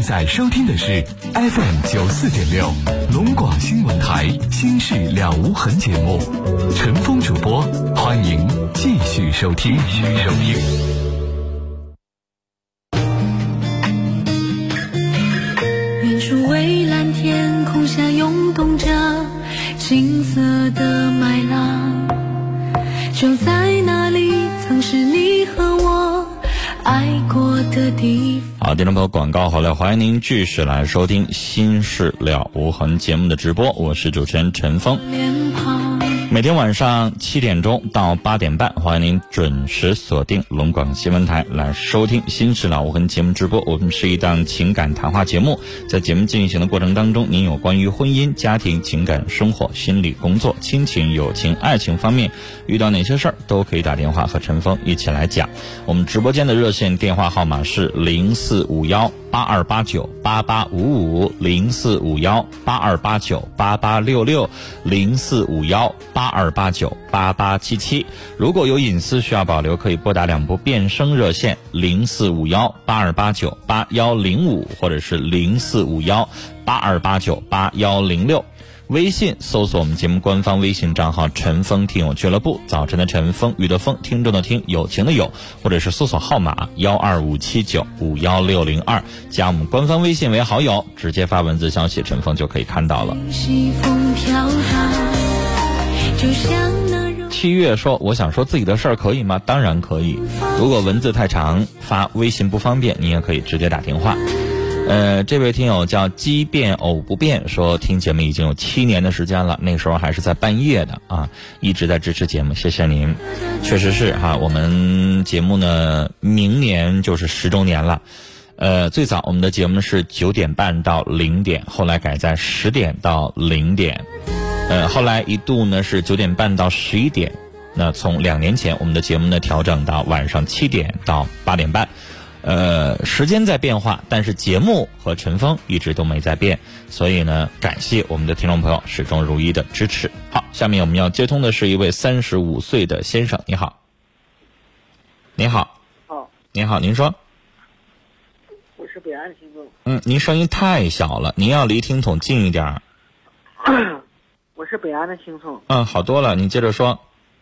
在收听的是 FM94.6龙广新闻台心事了无痕节目，陈峰主播，欢迎继续收听。 远处蔚蓝天空下涌动着金色的麦浪，就在那里曾是你和我爱过的地方。 好，听众朋友，广告回来，欢迎您继续来收听心事了无痕节目的直播，我是主持人陈峰。每天晚上7点钟到8点半，欢迎您准时锁定龙广新闻台来收听心事了无痕节目直播。我们是一档情感谈话节目，在节目进行的过程当中，您有关于婚姻、家庭、情感、生活、心理、工作、亲情、友情、爱情方面遇到哪些事儿，都可以打电话和陈峰一起来讲。我们直播间的热线电话号码是0451-8289-8855，0451-8866，0451-8899-8877。如果有隐私需要保留，可以拨打2部变声热线0451-8289-8105或者是0451-8289-8106。微信搜索我们节目官方微信账号陈峰听友俱乐部，早晨的晨，风雨的风，听众的听，友情的友，或者是搜索号码12579-51602，加我们官方微信为好友，直接发文字消息，陈峰就可以看到了。7月说我想说自己的事儿可以吗？当然可以，如果文字太长，发微信不方便，你也可以直接打电话。这位听友叫奇变偶不变，说听节目已经有7年的时间了，那时候还是在半夜的啊，一直在支持节目，谢谢您。确实是哈，我们节目呢明年就是10周年了。最早我们的节目是9点半到0点，后来改在10点到0点，后来一度呢是9点半到11点，那从2年前我们的节目呢调整到晚上7点到8点半。时间在变化，但是节目和陈峰一直都没在变，所以呢，感谢我们的听众朋友始终如一的支持。好，下面我们要接通的是一位35岁的先生，你好。你好。 哦。 你好，您说。 我是北安的听众。 您声音太小了，您要离听筒近一点。 我是北安的听众。 好多了，你接着说。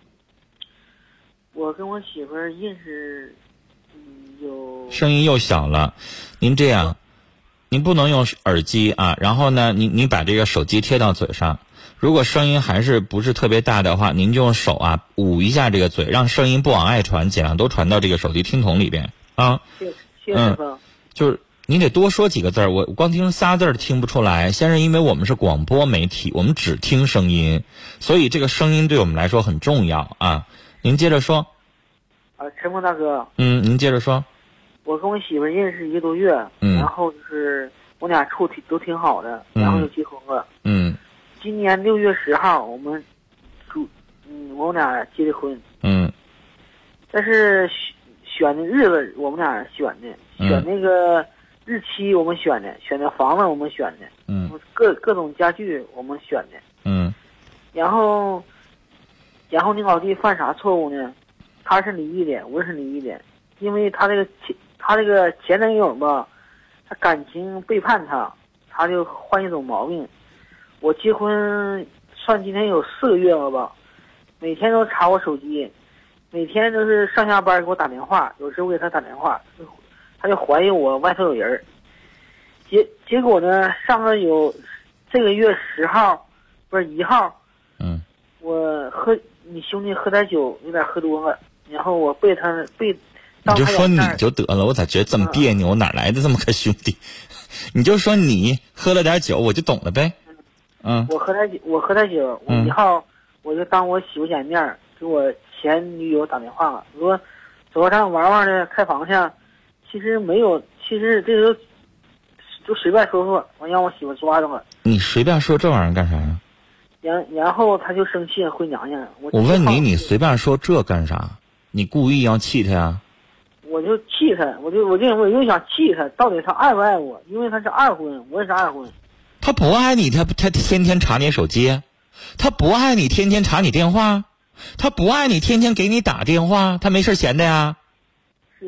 我跟我媳妇儿认识。 声音又小了，您这样，您不能用耳机啊，然后呢，你把这个手机贴到嘴上，如果声音还是不是特别大的话，您就用手啊捂一下这个嘴，让声音不往外传，尽量都传到这个手机听筒里边啊。 谢谢就是你得多说几个字儿，我光听仨字儿听不出来。先生，因为我们是广播媒体，我们只听声音，所以这个声音对我们来说很重要啊。您接着说。 陈峰大哥。 您接着说。 我跟我媳妇认识1个多月，然后就是我俩处都挺好的，然后就结婚了。今年6月10号我们我们俩结的婚。但是选的日子我们俩选的，选那个日期我们选的，选的房子我们选的，各种家具我们选的。然后你老弟犯啥错误呢？他是离异的，我是离异的，因为他这个前男友吧，他感情背叛他，他就患一种毛病。我结婚算今天有4个月了吧，每天都查我手机，每天都是上下班给我打电话，有时候给他打电话，他就怀疑我外头有人。结果呢，这个月10号，不是1号，我你兄弟喝点酒，有点喝多了，然后我被你就说你就得了，我咋觉得这么别扭？我哪来的这么个兄弟？你就说你喝了点酒，我就懂了呗。 我喝点酒，我1号我就当我媳妇见面，给我前女友打电话了，说走到咱玩玩的，开房去。其实没有，其实这个就随便说说，完让我媳妇抓住了。你随便说这玩意儿干啥呀？ 然后他就生气回娘家。 我问你随便说这干啥？你故意要气他呀？ 我就气他，我就想气他，到底他爱不爱我？因为他是二婚，我也是二婚。 他不爱你，他天天查你手机，他不爱你，天天查你电话，他不爱你，天天给你打电话，他没事闲的呀。 是啊。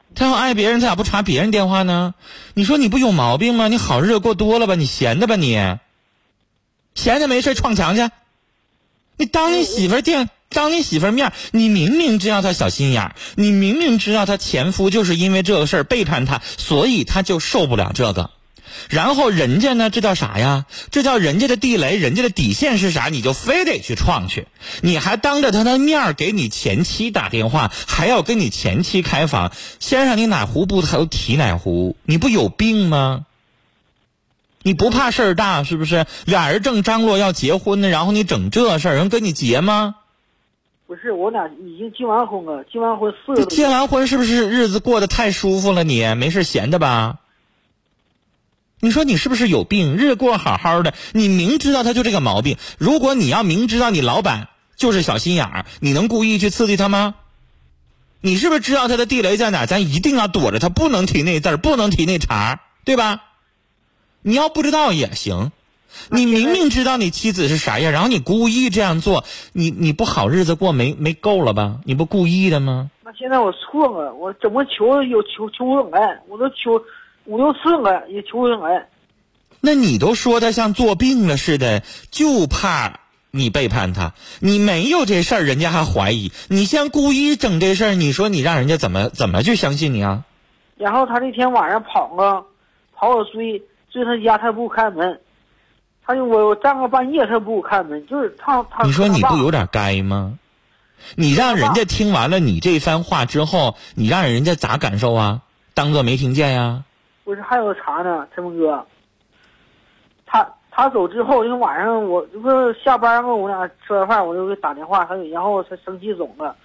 他要爱别人，他咋不查别人电话呢？你说你不有毛病吗？你好日子过多了吧？你闲的吧你？闲的没事撞墙去？你当你媳妇儿面，你明明知道他小心眼儿，你明明知道他前夫就是因为这个事儿背叛他，所以他就受不了这个。然后人家呢，这叫啥呀？这叫人家的地雷，人家的底线是啥？你就非得去撞去，你还当着他的面给你前妻打电话，还要跟你前妻开房。先生，你哪壶不都提哪壶？你不有病吗？你不怕事儿大是不是？俩人正张罗要结婚呢，然后你整这事儿，人跟你结吗？ 不是，我俩已经结完婚了，结完婚4个多月。 结完婚是不是日子过得太舒服了？你没事闲的吧？你说你是不是有病？日子过好好的，你明知道他就这个毛病。如果你要明知道你老板就是小心眼儿，你能故意去刺激他吗？你是不是知道他的地雷在哪？咱一定要躲着他，不能提那字儿，不能提那茬，对吧？你要不知道也行，你明明知道你妻子是啥样，然后你故意这样做，你不好日子过没够了吧？你不故意的吗？ 那现在我错了，我怎么求不来，我都求5、6次了，也求不来。 那你都说他像做病了似的，就怕你背叛他，你没有这事儿，人家还怀疑你，先故意整这事儿，你说你让人家怎么去相信你啊？ 然后他那天晚上跑我追他家，他不开门，我站个半夜，他不开门，就是他。 你说你不有点该吗？你让人家听完了你这番话之后，你让人家咋感受啊？当作没听见呀？ 不是，还有啥呢，陈峰哥？他走之后，那晚上我不是下班了，我俩吃完饭，我就给打电话，然后他生气肿了，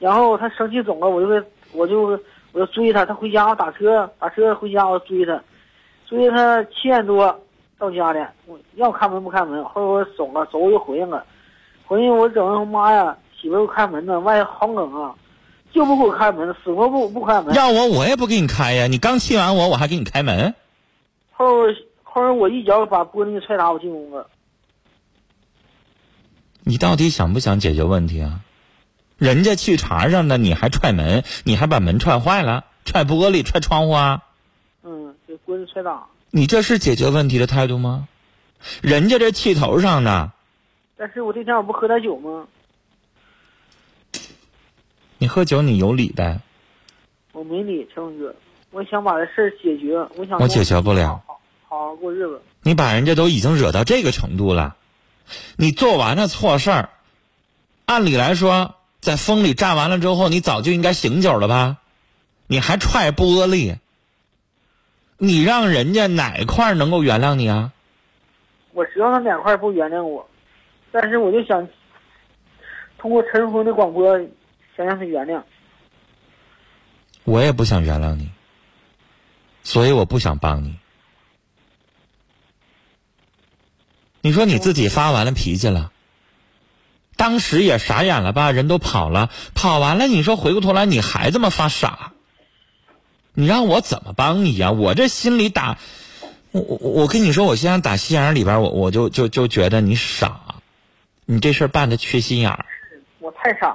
我就追他，他回家我打车回家，我追他7点多到家的，我要开门不开门，后来我走我就回去了，我整妈呀，媳妇给我开门呢，外头好冷啊，就不给我开门，死活不开门。 要我也不给你开呀，你刚气完我还给你开门。 后来我一脚把玻璃踹打我进屋了。 你到底想不想解决问题啊？人家去茬上了，你还踹门，你还把门踹坏了，踹玻璃踹窗户啊？ 给玻璃踹打。 你这是解决问题的态度吗？人家这气头上呢。 但是我这天我不喝点酒吗？ 你喝酒你有理呗。 我没理，陈峰哥，我想把这事儿解决， 我解决不了。 好好过日子。 你把人家都已经惹到这个程度了，你做完了错事儿，按理来说在风里站完了之后，你早就应该醒酒了吧？你还踹玻璃，你让人家哪块能够原谅你啊？ 我知道他哪块不原谅我，但是我就想通过陈峰的广播想让他原谅。 我也不想原谅你，所以我不想帮你。你说你自己发完了脾气了，当时也傻眼了吧？人都跑了，跑完了，你说回过头来你还这么发傻，你让我怎么帮你呀？我这心里打，我跟你说，我现在打心眼里边，我就觉得你傻，你这事儿办的缺心眼儿。 我太傻了。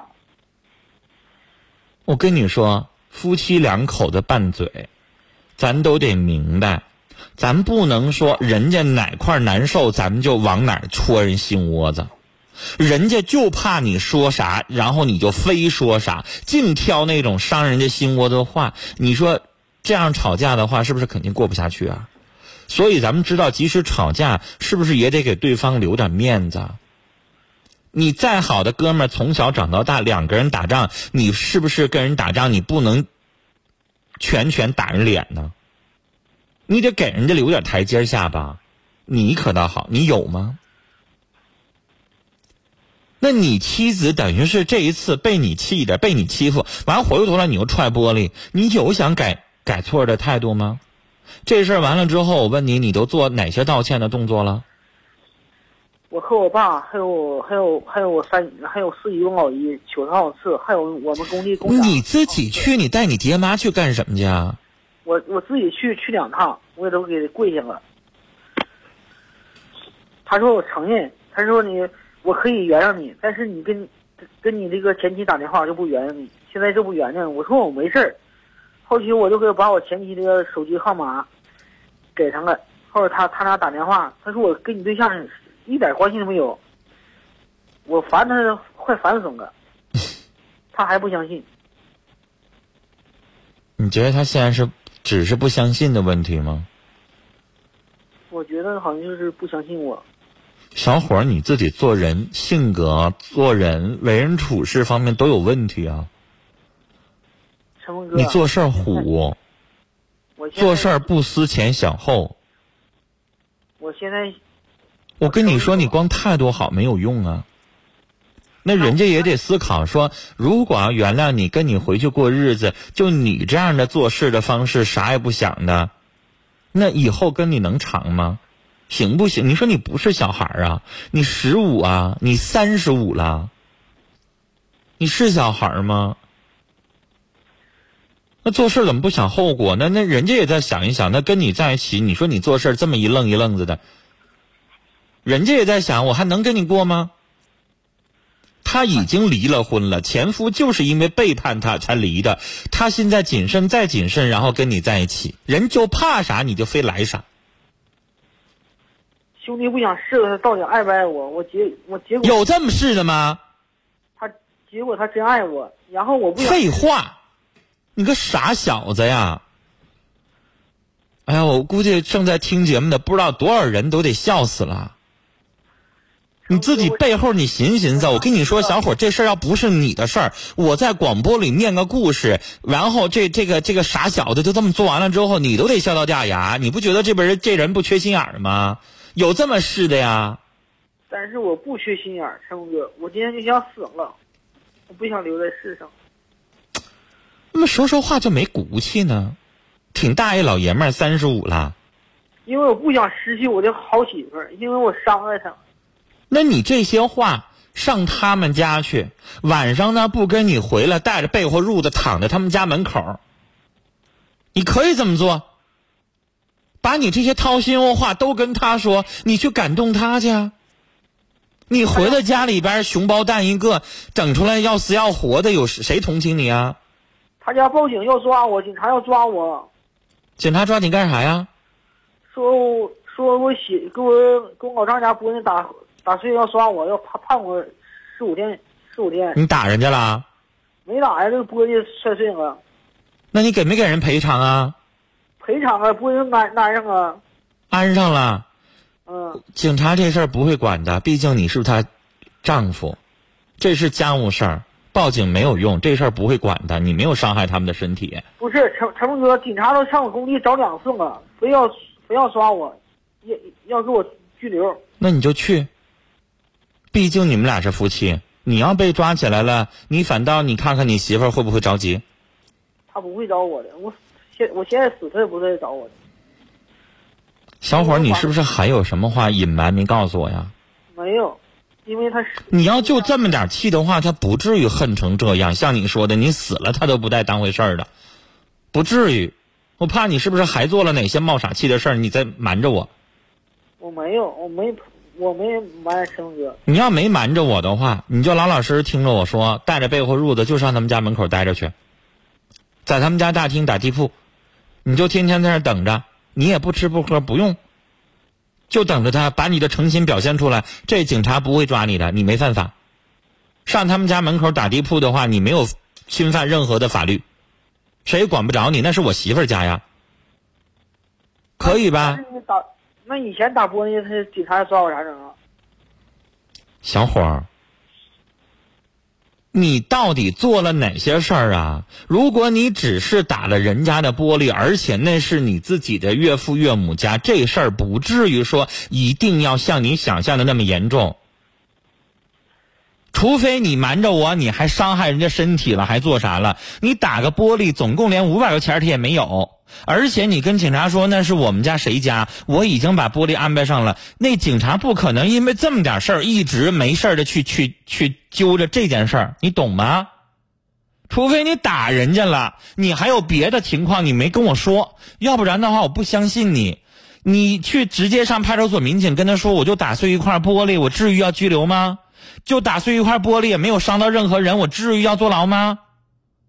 我跟你说，夫妻两口子拌嘴，咱都得明白。咱不能说人家哪块难受，咱们就往哪儿戳人心窝子。人家就怕你说啥，然后你就非说啥，净挑那种伤人家心窝子的话。你说这样吵架的话，是不是肯定过不下去啊？所以咱们知道，即使吵架，是不是也得给对方留点面子？你再好的哥们儿，从小长到大，两个人打仗，你是不是跟人打仗，你不能拳打人脸呢？你得给人家留点台阶下吧。你可倒好，你有吗？那你妻子等于是这一次被你气的，被你欺负完，回过头来你又踹玻璃，你有想改错的态度吗？这事儿完了之后，我问你，你都做哪些道歉的动作了？ 我和我爸还有我4姨公老姨求他好次，还有我们工地工长。 你自己去，你带你爹妈去干什么去啊？ 我自己去2趟，我也都给跪下了。他说我承认，他说我可以原谅你，但是你跟你这个前妻打电话就不原谅你，现在就不原谅。我说我没事儿。 后期我就给把我前妻的手机号码给他了，后来他俩打电话，他说我跟你对象一点关系都没有，我烦他快烦死了，他还不相信。 你觉得他现在只是不相信的问题吗？ 我觉得好像就是不相信我。 小伙儿，你自己做人性格、做人为人处事方面都有问题啊。 陈峰哥， 你做事虎，做事不思前想后。 我现在， 我跟你说，你光态度好没有用啊。那人家也得思考说，如果要原谅你，跟你回去过日子，就你这样的做事的方式，啥也不想的，那以后跟你能长吗？行不行？你说你不是小孩啊，你15啊，你35了，你是小孩吗？那做事怎么不想后果？那人家也在想一想，那跟你在一起，你说你做事这么一愣一愣子的，人家也在想，我还能跟你过吗？他已经离了婚了，前夫就是因为背叛他才离的，他现在谨慎再谨慎，然后跟你在一起，人就怕啥你就非来啥。 兄弟不想试了，他到底爱不爱我？结果有这么试的吗？ 结果他真爱我，然后我不想。 废话，你个傻小子呀！哎呀，我估计正在听节目的不知道多少人都得笑死了。你自己背后你寻思，我跟你说，小伙，这事儿要不是你的事儿，我在广播里念个故事，然后这个傻小子就这么做完了之后，你都得笑到掉牙。你不觉得这人不缺心眼儿吗？有这么事的呀？ 但是我不缺心眼儿，陈峰哥，我今天就想死了，我不想留在世上。 那么说话就没骨气呢，挺大一老爷们儿，35了。 因为我不想失去我的好媳妇儿，因为我伤害她。 那你这些话上他们家去，晚上呢不跟你回来，带着被窝褥子躺在他们家门口，你可以这么做，把你这些掏心窝话都跟他说，你去感动他去啊。你回到家里边熊包蛋一个，整出来要死要活的，有谁同情你啊？ 他家报警要抓我，警察要抓我。 警察抓你干啥呀？ 说我跟我老丈人家拨那打碎要抓我，要判我15天。 你打人家了？ 没打呀，这个玻璃摔碎了。 那你给没给人赔偿啊？ 赔偿啊，玻璃安上啊。 安上了。 嗯。 警察这事儿不会管的，毕竟你是他丈夫，这是家务事儿，报警没有用，这事儿不会管的，你没有伤害他们的身体。 不是陈峰哥，警察都上我工地找2次了，非要抓我，要给我拘留。那你就去。毕竟你们俩是夫妻，你要被抓起来了，你反倒你看看你媳妇儿会不会着急？ 他不会找我的，我现在死他也不会找我的。 小伙儿，你是不是还有什么话隐瞒没告诉我呀？ 没有，因为他是你要就这么点气的话，他不至于恨成这样。像你说的，你死了他都不带当回事儿的，不至于。我怕你是不是还做了哪些冒傻气的事儿，你在瞒着我？ 我没有，我没瞒陈峰哥。 你要没瞒着我的话，你就老老实实听着我说，带着被窝褥子就上他们家门口待着去，在他们家大厅打地铺，你就天天在那儿等着，你也不吃不喝不用，就等着他把你的诚心表现出来，这警察不会抓你的，你没犯法。上他们家门口打地铺的话，你没有侵犯任何的法律，谁也管不着你，那是我媳妇儿家呀，可以吧？ 那以前打玻璃，他警察抓我啥整啊？ 小伙儿，你到底做了哪些事儿啊？如果你只是打了人家的玻璃，而且那是你自己的岳父岳母家，这事儿不至于说一定要像你想象的那么严重。除非你瞒着我，你还伤害人家身体了，还做啥了？你打个玻璃，总共连500块钱他也没有。而且你跟警察说那是我们家谁家，我已经把玻璃安排上了，那警察不可能因为这么点事儿一直没事的去揪着这件事儿，你懂吗？除非你打人家了，你还有别的情况你没跟我说，要不然的话我不相信你。你去直接上派出所民警跟他说，我就打碎一块玻璃，我至于要拘留吗？就打碎一块玻璃也没有伤到任何人，我至于要坐牢吗？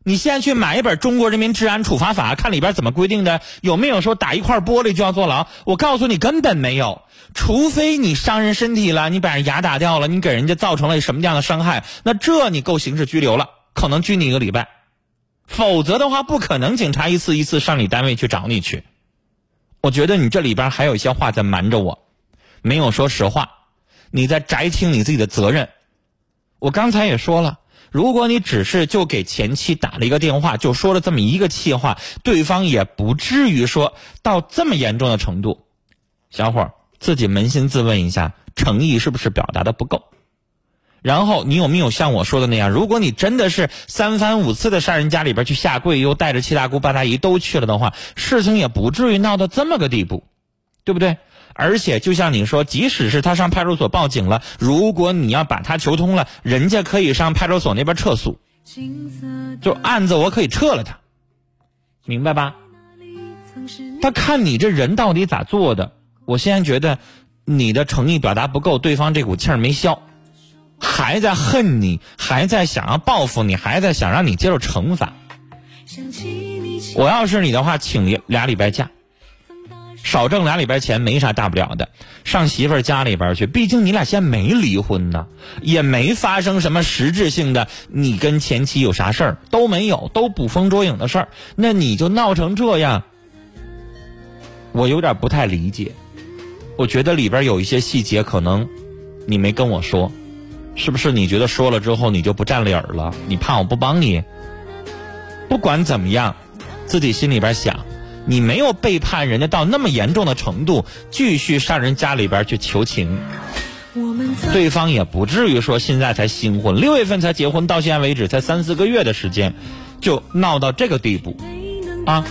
你现在去买一本《中国人民治安处罚法》，看里边怎么规定的，有没有说打一块玻璃就要坐牢？我告诉你，根本没有。除非你伤人身体了，你把人牙打掉了，你给人家造成了什么样的伤害，那这你够刑事拘留了，可能拘你1个礼拜。否则的话，不可能警察一次一次上你单位去找你去。我觉得你这里边还有一些话在瞒着我，没有说实话，你在摘清你自己的责任。我刚才也说了，如果你只是就给前妻打了一个电话，就说了这么一个气话，对方也不至于说到这么严重的程度。小伙儿自己扪心自问一下，诚意是不是表达的不够？然后你有没有像我说的那样，如果你真的是3番5次的上人家里边去下跪，又带着七大姑八大姨都去了的话，事情也不至于闹到这么个地步，对不对？而且就像你说，即使是他上派出所报警了，如果你要把他求通了，人家可以上派出所那边撤诉，就案子我可以撤了他，明白吧？他看你这人到底咋做的，我现在觉得你的诚意表达不够，对方这股气儿没消，还在恨你，还在想要报复你，还在想让你接受惩罚。我要是你的话，请2礼拜假，少挣2礼拜钱没啥大不了的，上媳妇儿家里边去，毕竟你俩现在没离婚呢，也没发生什么实质性的你跟前妻有啥事儿都没有，都捕风捉影的事儿，那你就闹成这样，我有点不太理解。我觉得里边有一些细节可能你没跟我说，是不是你觉得说了之后你就不占理儿了？你怕我不帮你？不管怎么样，自己心里边想，你没有背叛人家到那么严重的程度，继续上人家里边去求情，对方也不至于说现在才新婚，6月份才结婚，到现在为止才3、4个月的时间，就闹到这个地步啊！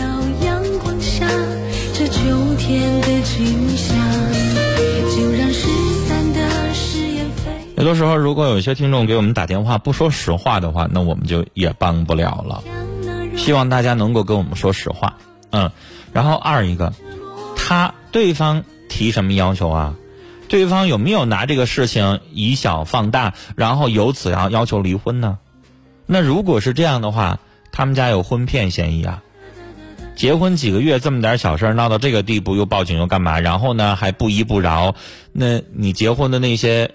这秋天的景象，就让失散的誓言飞。有的时候如果有些听众给我们打电话不说实话的话，那我们就也帮不了了。希望大家能够跟我们说实话。然后2一个，对方提什么要求啊？对方有没有拿这个事情以小放大，然后由此要求离婚呢？那如果是这样的话，他们家有婚骗嫌疑啊。结婚几个月这么点小事闹到这个地步，又报警又干嘛？然后呢还不依不饶，那你结婚的那些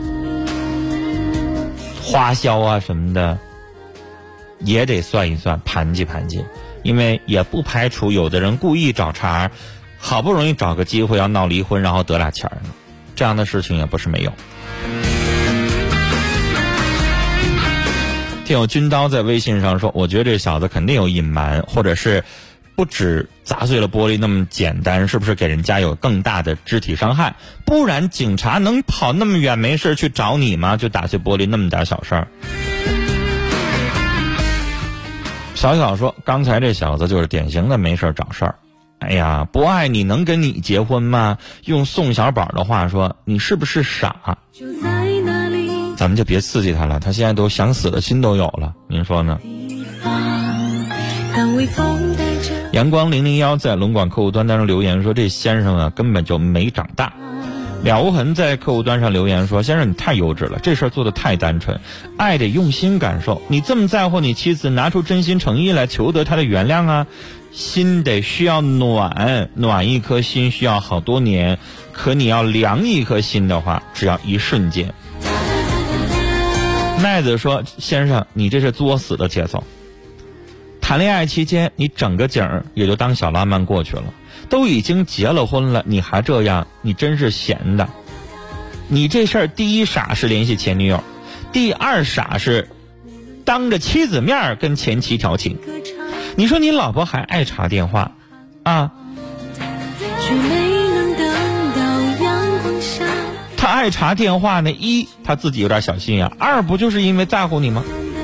花销啊什么的也得算一算，盘计盘计，因为也不排除有的人故意找茬，好不容易找个机会要闹离婚，然后得俩钱儿，这样的事情也不是没有。听友军刀在微信上说，我觉得这小子肯定有隐瞒，或者是不止砸碎了玻璃那么简单，是不是给人家有更大的肢体伤害？不然警察能跑那么远没事去找你吗？就打碎玻璃那么点小事儿。小小说，刚才这小子就是典型的没事找事儿。哎呀，不爱你能跟你结婚吗？用宋小宝的话说，你是不是傻？咱们就别刺激他了，他现在都想死的心都有了，您说呢？阳光001在龙广客户端当中留言说，这先生啊根本就没长大。了无痕在客户端上留言说，先生你太幼稚了，这事儿做得太单纯，爱得用心感受，你这么在乎你妻子，拿出真心诚意来求得她的原谅啊。心得需要暖一颗心需要好多年，可你要凉一颗心的话，只要一瞬间。麦子说，先生你这是作死的节奏，谈恋爱期间你整个景也就当小浪漫过去了，都已经结了婚了，你还这样，你真是闲的。你这事儿第一傻是联系前女友，第二傻是当着妻子面跟前妻调情。你说你老婆还爱查电话啊？他爱查电话呢，一他自己有点小心眼，二不就是因为在乎你吗？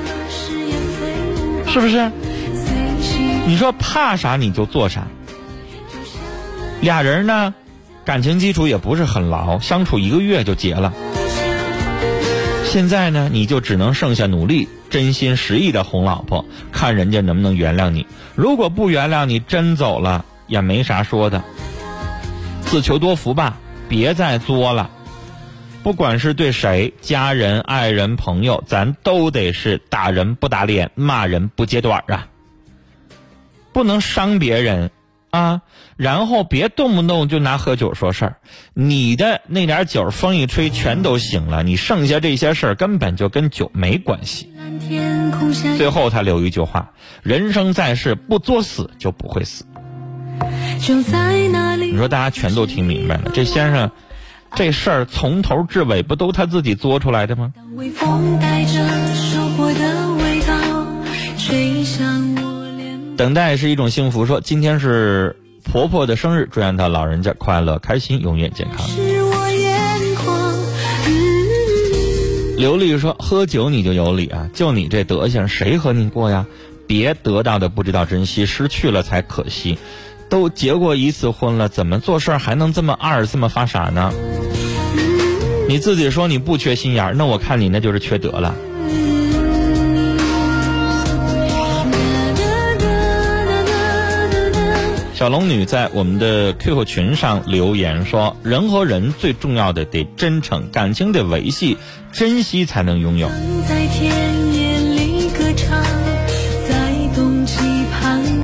是不是？你说怕啥你就做啥。俩人呢感情基础也不是很牢，相处1个月就结了。现在呢你就只能剩下努力真心实意的哄老婆，看人家能不能原谅你。如果不原谅你，真走了也没啥说的，自求多福吧，别再作了。 不管是对谁，家人、爱人、朋友，咱都得是打人不打脸，骂人不揭短啊，不能伤别人啊，然后别动不动就拿喝酒说事儿，你的那点酒风一吹全都醒了，你剩下这些事儿根本就跟酒没关系。最后他留一句话，人生在世不作死就不会死。你说大家全都听明白了，这先生这事儿从头至尾不都他自己做出来的吗？等待是一种幸福，说今天是婆婆的生日，祝愿她老人家快乐开心，永远健康。刘丽说喝酒你就有理啊，就你这德行谁和你过呀？别得到的不知道珍惜，失去了才可惜。都结过一次婚了，怎么做事还能这么二，这么发傻呢？你自己说你不缺心眼，那我看你那就是缺德了。小龙女在我们的 QQ 群上留言说，人和人最重要的得真诚，感情得维系，珍惜才能拥有。